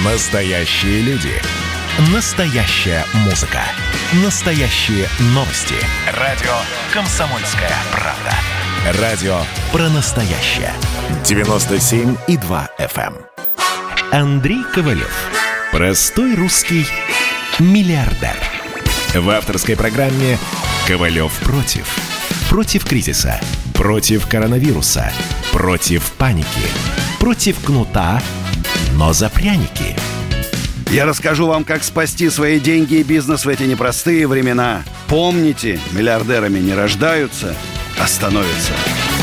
Настоящие люди. Настоящая музыка. Настоящие новости. Радио «Комсомольская правда». Радио про настоящее. 97,2 FM. Андрей Ковалев. Простой русский миллиардер. В авторской программе «Ковалев против». Против кризиса. Против коронавируса. Против паники. Против кнута, но за пряники. Я расскажу вам, как спасти свои деньги и бизнес в эти непростые времена. Помните, миллиардерами не рождаются, а становятся.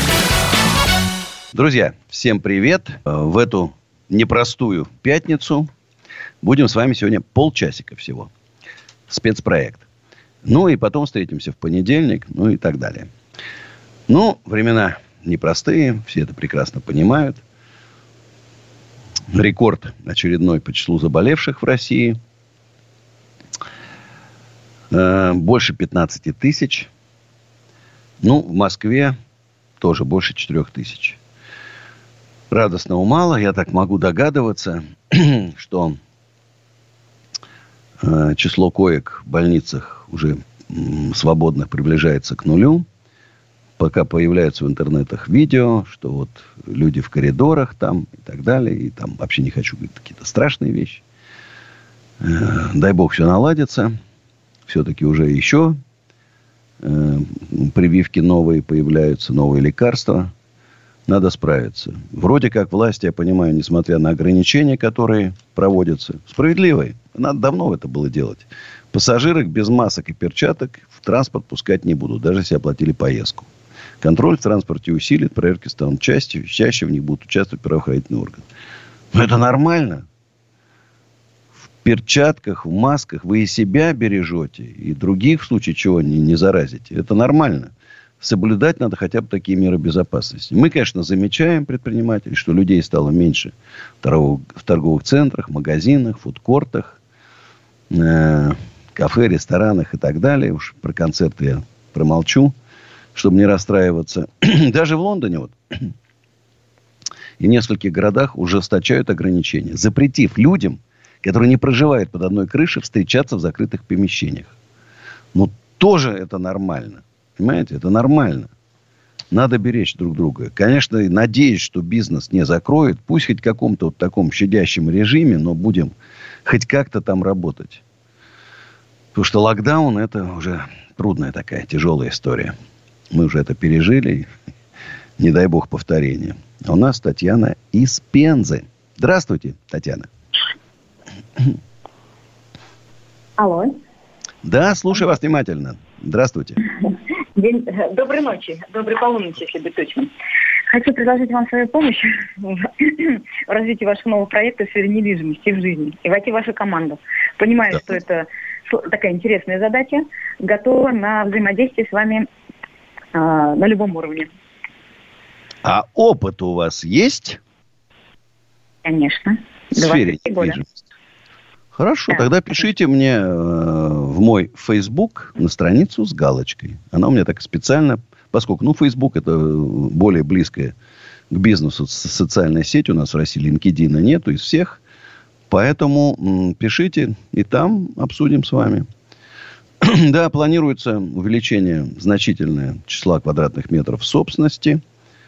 Друзья, всем привет. В эту непростую пятницу будем с вами сегодня полчасика всего. Спецпроект. Ну и потом встретимся в понедельник, ну и так далее. Ну, времена непростые, все это прекрасно понимают. Рекорд очередной по числу заболевших в России. Больше 15 тысяч. Ну, в Москве тоже больше 4 тысяч. Радостного мало. Я так могу догадываться, что число коек в больницах уже свободных приближается к нулю. Пока появляются в интернетах видео, что вот люди в коридорах там и так далее. И там вообще не хочу говорить какие-то страшные вещи. Дай бог все наладится. Все-таки уже еще прививки новые появляются, новые лекарства. Надо справиться. Вроде как власти, я понимаю, несмотря на ограничения, которые проводятся, справедливые. Надо давно это было делать. Пассажирок без масок и перчаток в транспорт пускать не будут, даже если оплатили поездку. Контроль в транспорте усилит, проверки станут чаще в них будут участвовать правоохранительные органы. Но это нормально. В перчатках, в масках вы и себя бережете, и других в случае чего не заразите. Это нормально. Соблюдать надо хотя бы такие меры безопасности. Мы, конечно, замечаем, предприниматели, что людей стало меньше в торговых центрах, магазинах, фудкортах, кафе, ресторанах и так далее. Уж про концерты я промолчу, чтобы не расстраиваться. Даже в Лондоне и в нескольких городах ужесточают ограничения, запретив людям, которые не проживают под одной крышей, встречаться в закрытых помещениях. Но тоже это нормально. Понимаете? Это нормально. Надо беречь друг друга. Конечно, надеюсь, что бизнес не закроет. Пусть хоть в каком-то вот таком щадящем режиме, но будем хоть как-то там работать. Потому что локдаун – это уже трудная такая, тяжелая история. Мы уже это пережили. Не дай бог повторения. А у нас Татьяна из Пензы. Здравствуйте, Татьяна. Алло. Да, слушаю вас внимательно. Здравствуйте. Доброй ночи. Доброй полуночи, если быть точным. Хочу предложить вам свою помощь в развитии вашего нового проекта в сфере недвижимости в жизни. И войти в вашу команду. Понимаю, что это такая интересная задача. Готова на взаимодействие с вами на любом уровне. А опыт у вас есть? Конечно. В сфере недвижимости. Хорошо, тогда пишите мне в мой Facebook на страницу с галочкой. Она у меня так специально, поскольку, Facebook это более близкая к бизнесу социальная сеть. У нас в России LinkedIn нету из всех. Поэтому пишите, и там обсудим с вами. Да, планируется увеличение значительное числа квадратных метров собственности.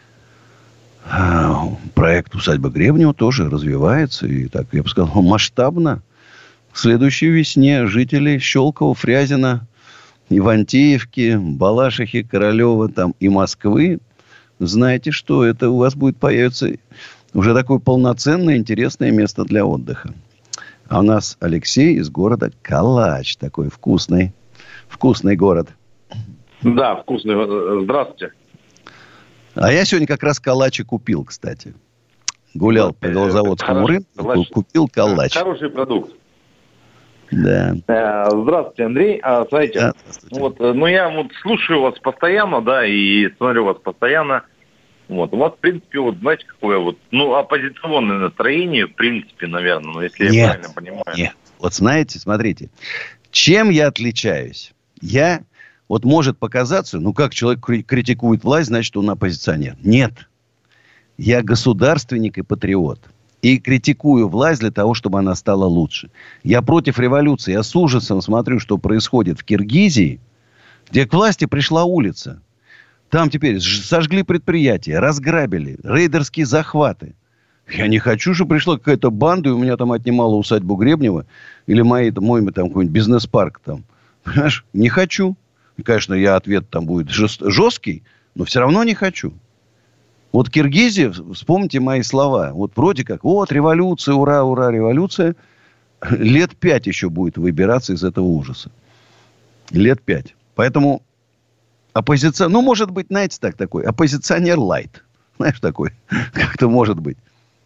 Проект «Усадьба Гребнева» тоже развивается. И так, я бы сказал, масштабно. К следующей весне жители Щелково, Фрязино, Ивантеевки, Балашихи, Королева там, и Москвы, знаете, что это у вас будет появиться уже такое полноценное, интересное место для отдыха. А у нас Алексей из города Калач. Такой вкусный город. Да, вкусный. Здравствуйте. А я сегодня как раз калач и купил, кстати. Гулял по Белозаводскому рынку, купил калач. Хороший продукт. Да. Здравствуйте, Андрей. Смотрите, да, здравствуйте. Я слушаю вас постоянно, да, и смотрю вас постоянно. У вас, в принципе, знаете, какое оппозиционное настроение, в принципе, наверное, если я правильно понимаю. Нет. Вот знаете, смотрите, чем я отличаюсь? Может показаться, как человек критикует власть, значит, он оппозиционер. Нет. Я государственник и патриот. и критикую власть для того, чтобы она стала лучше. Я против революции. Я с ужасом смотрю, что происходит в Киргизии, где к власти пришла улица. Там теперь сожгли предприятия, разграбили, рейдерские захваты. Я не хочу, чтобы пришла какая-то банда, и у меня там отнимала усадьбу Гребнева или мой там какой-нибудь бизнес-парк там. Понимаешь? Не хочу. И, конечно, ответ там будет жесткий, но все равно не хочу. Вот Киргизия, вспомните мои слова. Вот вроде как, вот революция, ура, ура, революция. Лет 5 еще будет выбираться из этого ужаса. Лет 5. Поэтому может быть, знаете, такой оппозиционер лайт. Знаешь, такой. Как-то может быть.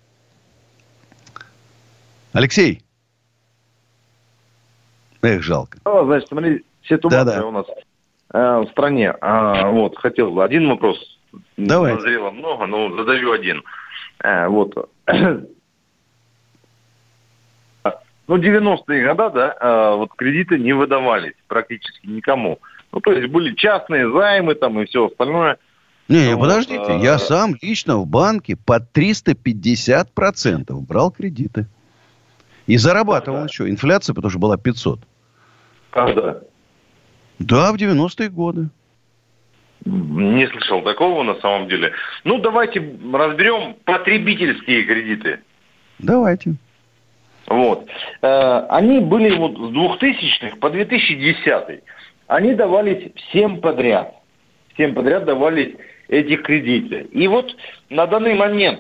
Алексей. Эх, жалко. Значит, смотри, ситуация у нас в стране. Вот, хотел один вопрос. Давай. Назрело много, но задаю один. Вот. 90-е годы, да, вот кредиты не выдавались практически никому. Ну, то есть были частные займы там и все остальное. Подождите. Я сам лично в банке под 350% брал кредиты. И зарабатывал еще. Инфляция, потому что была 500. Когда? Да, в 90-е годы. Не слышал такого на самом деле. Ну, давайте разберем потребительские кредиты. Давайте. Вот. Они были вот с 2000-х по 2010-й. Они давались всем подряд. Всем подряд давались эти кредиты. И вот на данный момент,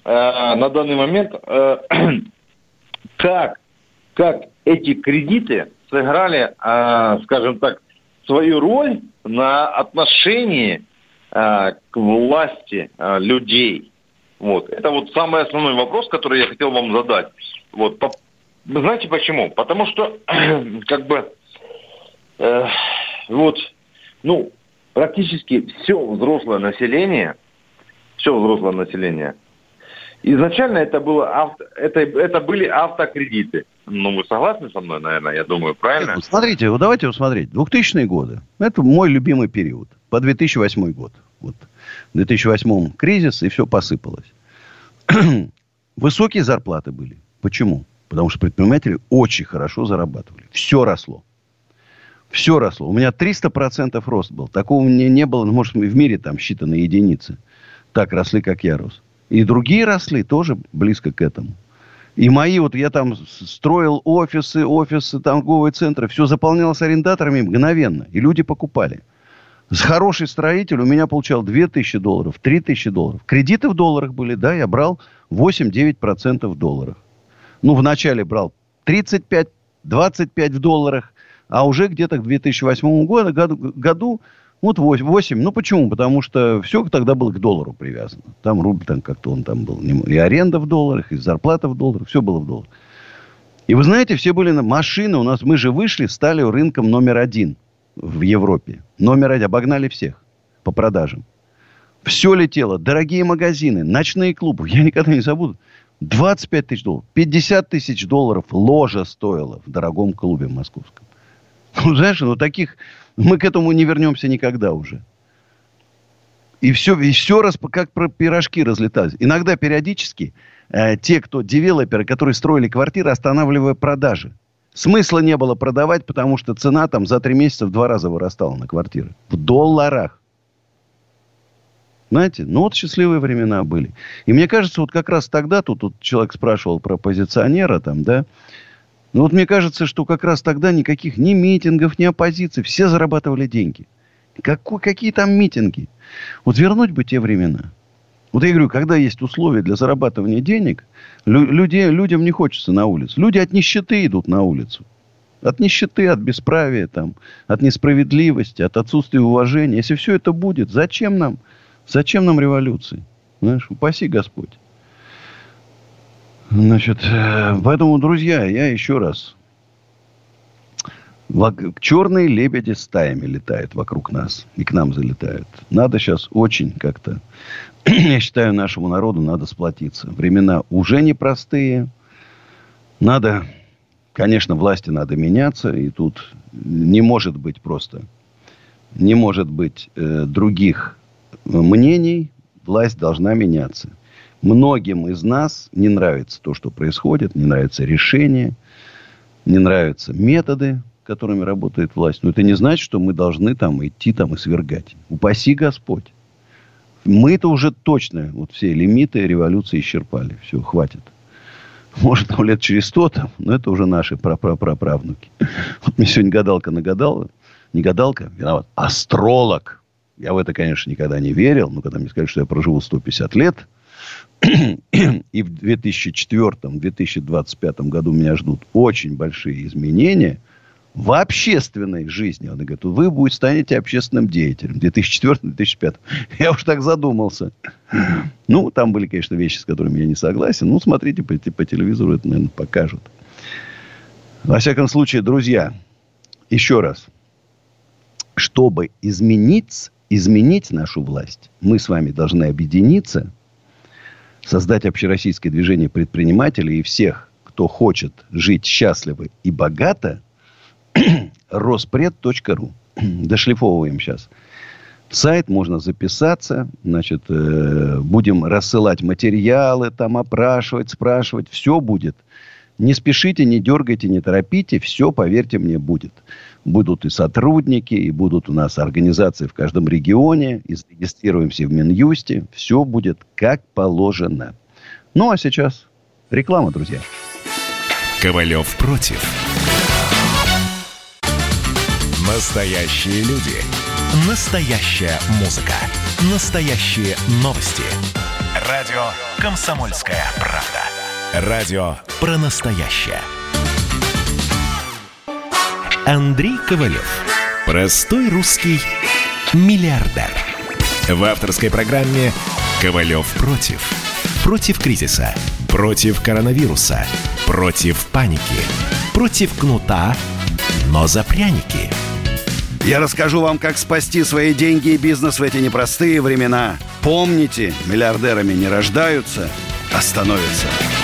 как эти кредиты сыграли, скажем так, свою роль на отношении к власти людей. Вот. Это вот самый основной вопрос, который я хотел вам задать. Вот. Вы знаете почему? Потому что практически все взрослое население, изначально это были автокредиты. Ну, вы согласны со мной, наверное, я думаю, правильно? Нет, смотрите, давайте смотреть. 2000-е годы. Это мой любимый период. По 2008 год. Вот. В 2008 кризис, и все посыпалось. Высокие зарплаты были. Почему? Потому что предприниматели очень хорошо зарабатывали. Все росло. Все росло. У меня 300% рост был. Такого не было, может, в мире там считанные единицы. Так росли, как я рос. И другие росли тоже близко к этому. И я там строил офисы, торговые центры. Все заполнялось арендаторами мгновенно. И люди покупали. Хороший строитель у меня получал $2000, $3000. Кредиты в долларах были, да, я брал 8-9% в долларах. Ну, вначале брал 35, 25 в долларах, а уже где-то к 2008 году вот 8. Ну, почему? Потому что все тогда было к доллару привязано. Там рубль как-то он там был. И аренда в долларах, и зарплата в долларах. Все было в долларах. И вы знаете, все были на машины. Мы же стали рынком номер 1 в Европе. Номер 1. Обогнали всех по продажам. Все летело. Дорогие магазины, ночные клубы. Я никогда не забуду. $25 тысяч, $50 тысяч ложа стоила в дорогом клубе московском. Ну, знаешь, таких... Мы к этому не вернемся никогда уже. И все как про пирожки разлетались. Иногда периодически те, девелоперы, которые строили квартиры, останавливая продажи. Смысла не было продавать, потому что цена там за 3 месяца в 2 раза вырастала на квартиры. В долларах. Знаете, счастливые времена были. И мне кажется, вот как раз тогда, тут человек спрашивал про оппозиционера там, да. Мне кажется, что как раз тогда никаких ни митингов, ни оппозиции. Все зарабатывали деньги. Какие там митинги? Вот вернуть бы те времена. Вот я говорю, когда есть условия для зарабатывания денег, людям не хочется на улицу. Люди от нищеты идут на улицу. От нищеты, от бесправия, от несправедливости, от отсутствия уважения. Если все это будет, зачем нам революции? Знаешь, упаси Господь. Поэтому, друзья, я еще раз. Черные лебеди стаями летают вокруг нас. И к нам залетают. Надо сейчас очень как-то... Я считаю, нашему народу надо сплотиться. Времена уже непростые. Конечно, власти надо меняться. И тут не может быть других мнений. Власть должна меняться. Многим из нас не нравится то, что происходит, не нравятся решения, не нравятся методы, которыми работает власть. Но это не значит, что мы должны там идти там и свергать. Упаси Господь. Мы-то уже точно вот все лимиты революции исчерпали. Все, хватит. Может, там лет через 100 там, но это уже наши праправнуки. Вот мне сегодня гадалка нагадала. Не гадалка, виноват. Астролог. Я в это, конечно, никогда не верил. Но когда мне сказали, что я проживу 150 лет, и в 2004-2025 году меня ждут очень большие изменения в общественной жизни. Он говорит, вы станете общественным деятелем. 2004-2005. Я уж так задумался. Ну, там были, конечно, вещи, с которыми я не согласен. Ну, смотрите, по телевизору это, наверное, покажут. Во всяком случае, друзья, еще раз. Чтобы изменить нашу власть, мы с вами должны объединиться, создать общероссийское движение предпринимателей и всех, кто хочет жить счастливо и богато, Роспред.ру. Дошлифовываем сейчас. Сайт, можно записаться. Значит, будем рассылать материалы, там опрашивать, спрашивать. Все будет. Не спешите, не дергайте, не торопите. Все, поверьте мне, будет. Будут и сотрудники, и будут у нас организации в каждом регионе. И зарегистрируемся в Минюсте. Все будет как положено. Ну, а сейчас реклама, друзья. Ковалев против. Настоящие люди. Настоящая музыка. Настоящие новости. Радио «Комсомольская правда». Радио про настоящее. Андрей Ковалев. Простой русский миллиардер. В авторской программе «Ковалев против». Против кризиса. Против коронавируса. Против паники. Против кнута, но за пряники. Я расскажу вам, как спасти свои деньги и бизнес в эти непростые времена. Помните, миллиардерами не рождаются, а становятся.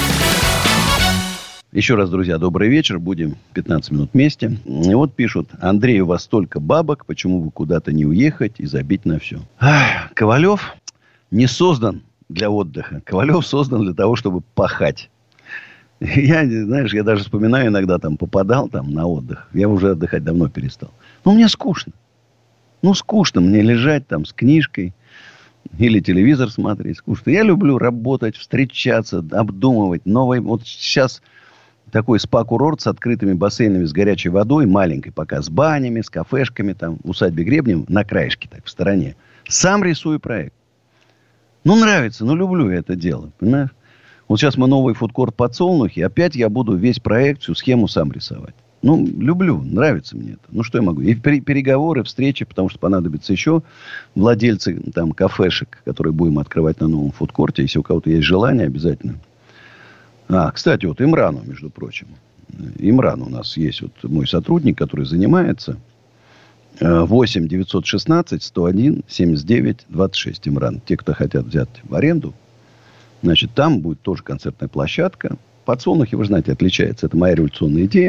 Еще раз, друзья, добрый вечер. Будем 15 минут вместе. И вот пишут: Андрей, у вас столько бабок, почему бы куда-то не уехать и забить на все? Ковалев не создан для отдыха. Ковалев создан для того, чтобы пахать. Я, знаешь, я даже вспоминаю, иногда там попадал там на отдых. Я уже отдыхать давно перестал. Но мне скучно. Ну, скучно мне лежать там с книжкой или телевизор смотреть. Скучно. Я люблю работать, встречаться, обдумывать новые. Вот сейчас такой спа-курорт с открытыми бассейнами с горячей водой, маленькой пока, с банями, с кафешками там в усадьбе Гребнев, на краешке так, в стороне. Сам рисую проект. Ну, нравится, ну, люблю я это дело, понимаешь? Вот сейчас мы новый фудкорт «Подсолнухи». Опять я буду весь проект, всю схему сам рисовать. Ну, люблю, нравится мне это. Ну, что я могу? И переговоры, встречи, потому что понадобится еще владельцы там кафешек, которые будем открывать на новом фудкорте. Если у кого-то есть желание, обязательно. Кстати, вот Имрану, между прочим. Имран у нас есть вот мой сотрудник, который занимается. 8 916 101 79 26. Имран. Те, кто хотят взять в аренду. Значит, там будет тоже концертная площадка. Подсолнухи, вы знаете, отличается. Это моя революционная идея.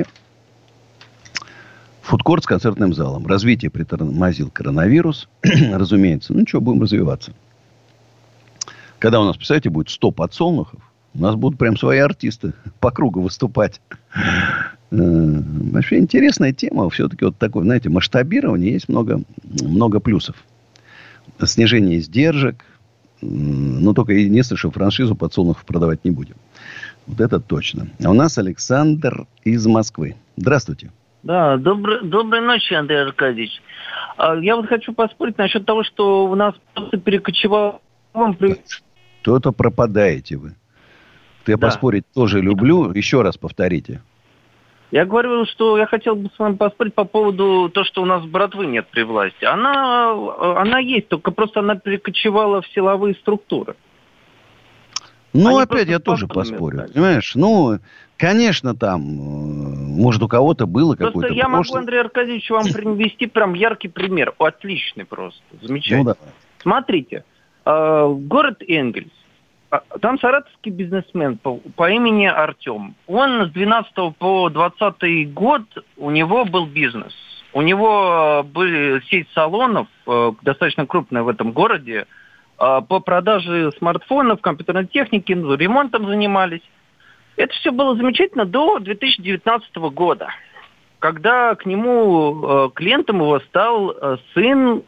Фудкорт с концертным залом. Развитие притормозил коронавирус. Разумеется. Ну, что, будем развиваться. Когда у нас, представляете, будет 100 подсолнухов, у нас будут прям свои артисты по кругу выступать. Вообще интересная тема. Все-таки вот такое, знаете, масштабирование. Есть много плюсов. Снижение издержек. Но только единственное, что франшизу подсолнухов продавать не будем. Вот это точно. А у нас Александр из Москвы. Здравствуйте. Да, доброй ночи, Андрей Аркадьевич. Я вот хочу поспорить насчет того, что у нас просто перекочевал... То-то пропадаете вы. Я поспорить тоже люблю. Еще раз повторите. Я говорил, что я хотел бы с вами поспорить по поводу того, что у нас братвы нет при власти. Она есть, только просто она перекочевала в силовые структуры. Ну, опять я тоже поспорю. Понимаешь? Ну, конечно, там, может, у кого-то было какое-то прошлое. Я могу, Андрей Аркадьевич, вам привести прям яркий пример. Отличный просто. Замечательный. Ну, давай. Смотрите. Город Энгельс. Там саратовский бизнесмен по имени Артем. Он с 12 по 20 год, у него был бизнес. У него были сеть салонов, достаточно крупная в этом городе. по продаже смартфонов, компьютерной техники, ремонтом занимались. Это все было замечательно до 2019 года, когда к нему, клиентом его стал сын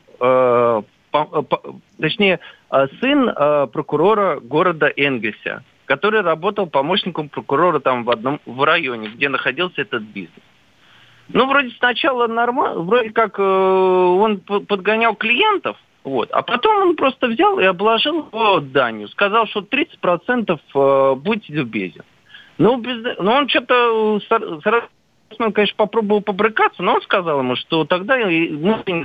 прокурора города Энгельса, который работал помощником прокурора там в районе, где находился этот бизнес. Ну, вроде сначала нормально, вроде как он подгонял клиентов, вот, а потом он просто взял и обложил его данью. Сказал, что 30% будет любезен. Ну, он что-то сразу, конечно, попробовал побрыкаться, но он сказал ему, что тогда мы не...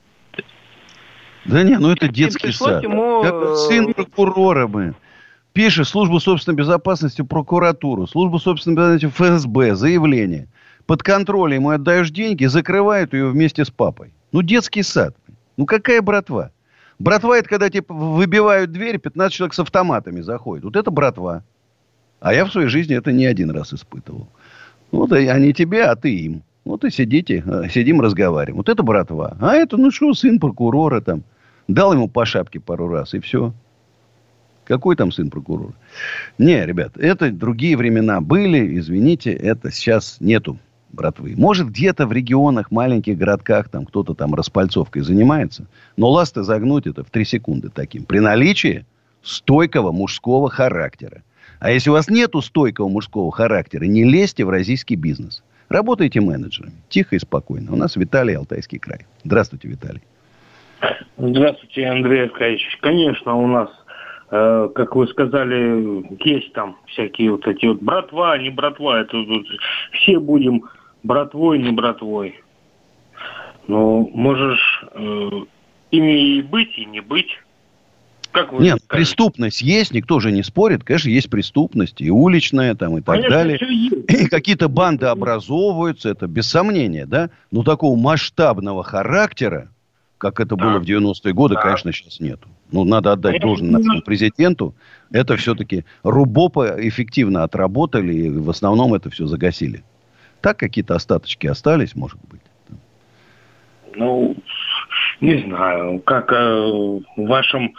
Да не, ну это детский сад. Это сын прокурора бы. Пишет службу собственной безопасности, прокуратуру, службу собственной безопасности, ФСБ, заявление. Под контролем ему отдаешь деньги, закрывают ее вместе с папой. Ну, детский сад. Ну, какая братва? Братва – это когда типа выбивают дверь, 15 человек с автоматами заходят. Вот это братва. А я в своей жизни это не один раз испытывал. Вот они тебе, а ты им. Вот и сидим, разговариваем. Вот это братва. А это, ну что, сын прокурора там. Дал ему по шапке пару раз, и все. Какой там сын прокурора? Не, ребят, это другие времена были. Извините, это сейчас нету братвы. Может, где-то в регионах, маленьких городках, там кто-то там распальцовкой занимается. Но ласты загнуть это в 3 секунды таким. При наличии стойкого мужского характера. А если у вас нету стойкого мужского характера, не лезьте в российский бизнес. Работайте менеджерами. Тихо и спокойно. У нас Виталий, Алтайский край. Здравствуйте, Виталий. Здравствуйте, Андрей Аркадьевич. Конечно, у нас, как вы сказали, есть там всякие вот эти вот братва, не братва. Это тут все будем братвой, не братвой. Но можешь ими и быть, и не быть. Как вы Нет, скажете? Преступность есть, никто же не спорит. Конечно, есть преступность, и уличная, там, и так Конечно, далее. И какие-то банды образовываются, это без сомнения, да? Но такого масштабного характера, как это было в 90-е годы, конечно, сейчас нету. Ну, надо отдать должное нашему президенту. Это все-таки РУБОПа эффективно отработали, и в основном это все загасили. Так какие-то остаточки остались, может быть? Ну, не знаю, как в вашем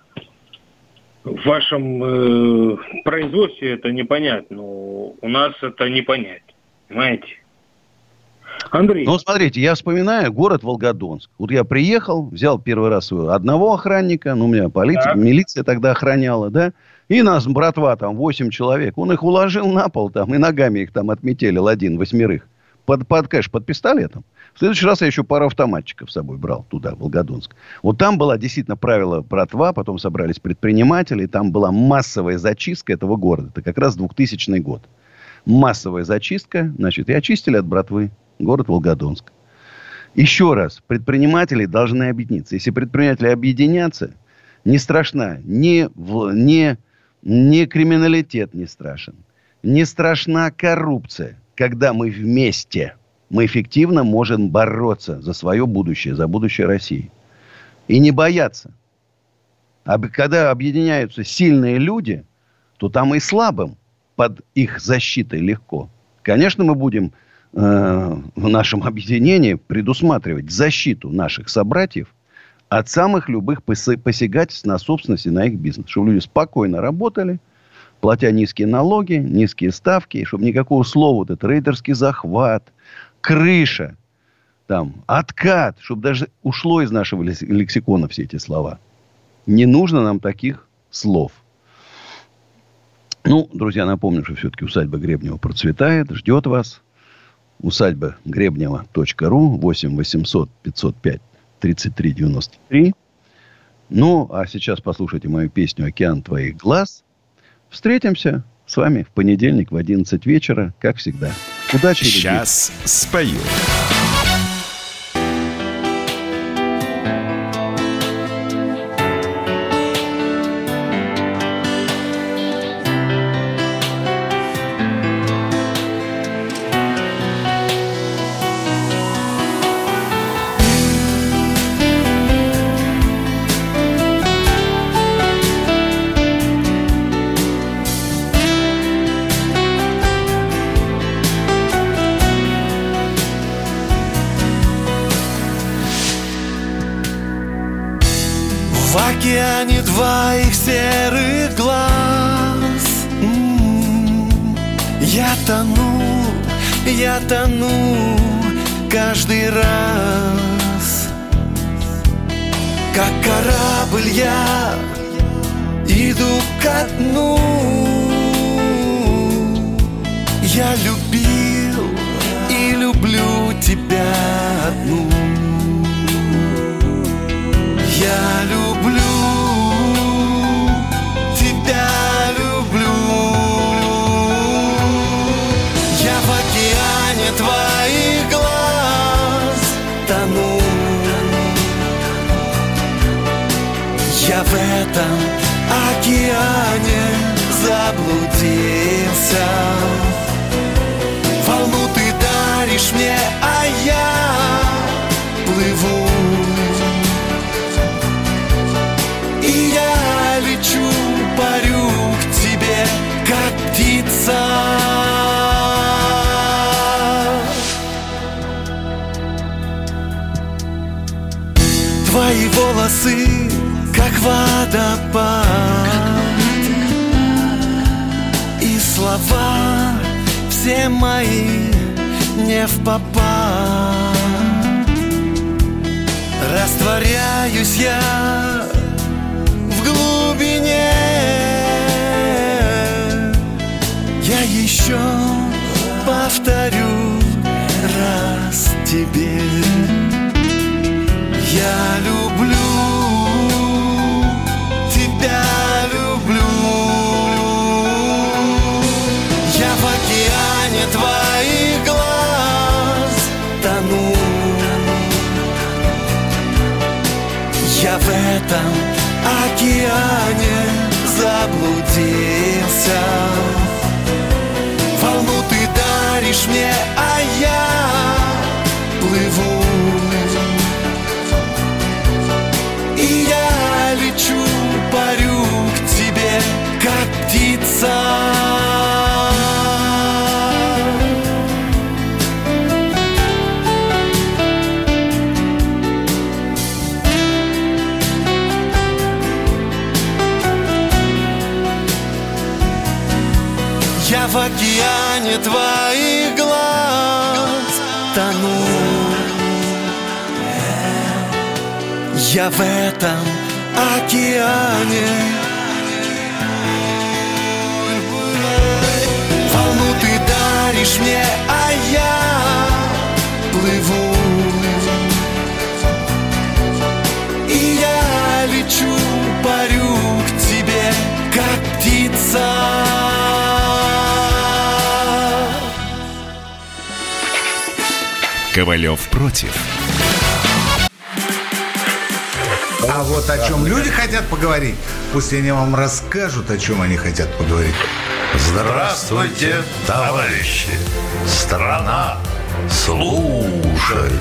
производстве это не понять, но у нас это не понять, понимаете? Андрей. Ну, смотрите, я вспоминаю город Волгодонск. Вот я приехал, взял первый раз одного охранника, ну, у меня милиция тогда охраняла, да, и нас, братва, там, 8 человек, он их уложил на пол там, и ногами их там отметелил 8. Конечно, под пистолетом. В следующий раз я еще пару автоматчиков с собой брал туда, в Волгодонск. Вот там было действительно правило братва, потом собрались предприниматели, и там была массовая зачистка этого города. Это как раз 2000 год. Массовая зачистка, значит, и очистили от братвы город Волгодонск. Еще раз, предприниматели должны объединиться. Если предприниматели объединятся, не страшна ни криминалитет не страшен, не страшна коррупция. Когда мы вместе, мы эффективно можем бороться за свое будущее, за будущее России. И не бояться. А когда объединяются сильные люди, то там и слабым под их защитой легко. Конечно, мы будем в нашем объединении предусматривать защиту наших собратьев от самых любых посягательств на собственность и на их бизнес. Чтобы люди спокойно работали, платя низкие налоги, низкие ставки, и чтобы никакого слова, вот этот рейдерский захват, крыша, там, откат, чтобы даже ушло из нашего лексикона все эти слова. Не нужно нам таких слов. Ну, друзья, напомню, что все-таки усадьба Гребнева процветает, ждет вас. Усадьба Гребнева.ру 8 800 505 33 93. Ну, а сейчас послушайте мою песню «Океан твоих глаз». Встретимся с вами в понедельник в 11 вечера, как всегда. Удачи! Сейчас спою. океане твоих серых глаз. Я тону каждый раз. Как корабль я иду ко дну. Я любил и люблю тебя одну. Я люблю, тебя люблю. Я в океане твоих глаз тону. Я в этом океане заблудился. Волну ты даришь мне, а я плыву. И я лечу, парю к тебе, как птица. Твои волосы, как водопад, и слова все мои не впопад. Растворяюсь я в глубине. Я еще повторю раз тебе. Я люблю, тебя люблю. Я в океане твоих глаз тону. Я в этом океане заблудился. Волну ты даришь мне, а я плыву. И я лечу, парю к тебе, как птица. Я в океане твоих глаз тону. Я в этом океане. Волну ты даришь мне, а я плыву. И я лечу, парю к тебе, как птица. Ковалев против. А вот о чем люди хотят поговорить, пусть они вам расскажут, о чем они хотят поговорить. Здравствуйте, товарищи! Страна, слушай!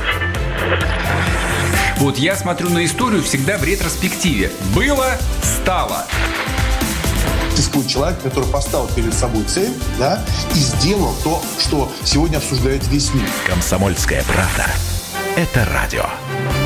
Вот я смотрю на историю всегда в ретроспективе. Было, стало. Существует человек, который поставил перед собой цель, да, и сделал то, что сегодня обсуждает весь мир. «Комсомольская правда» — это радио.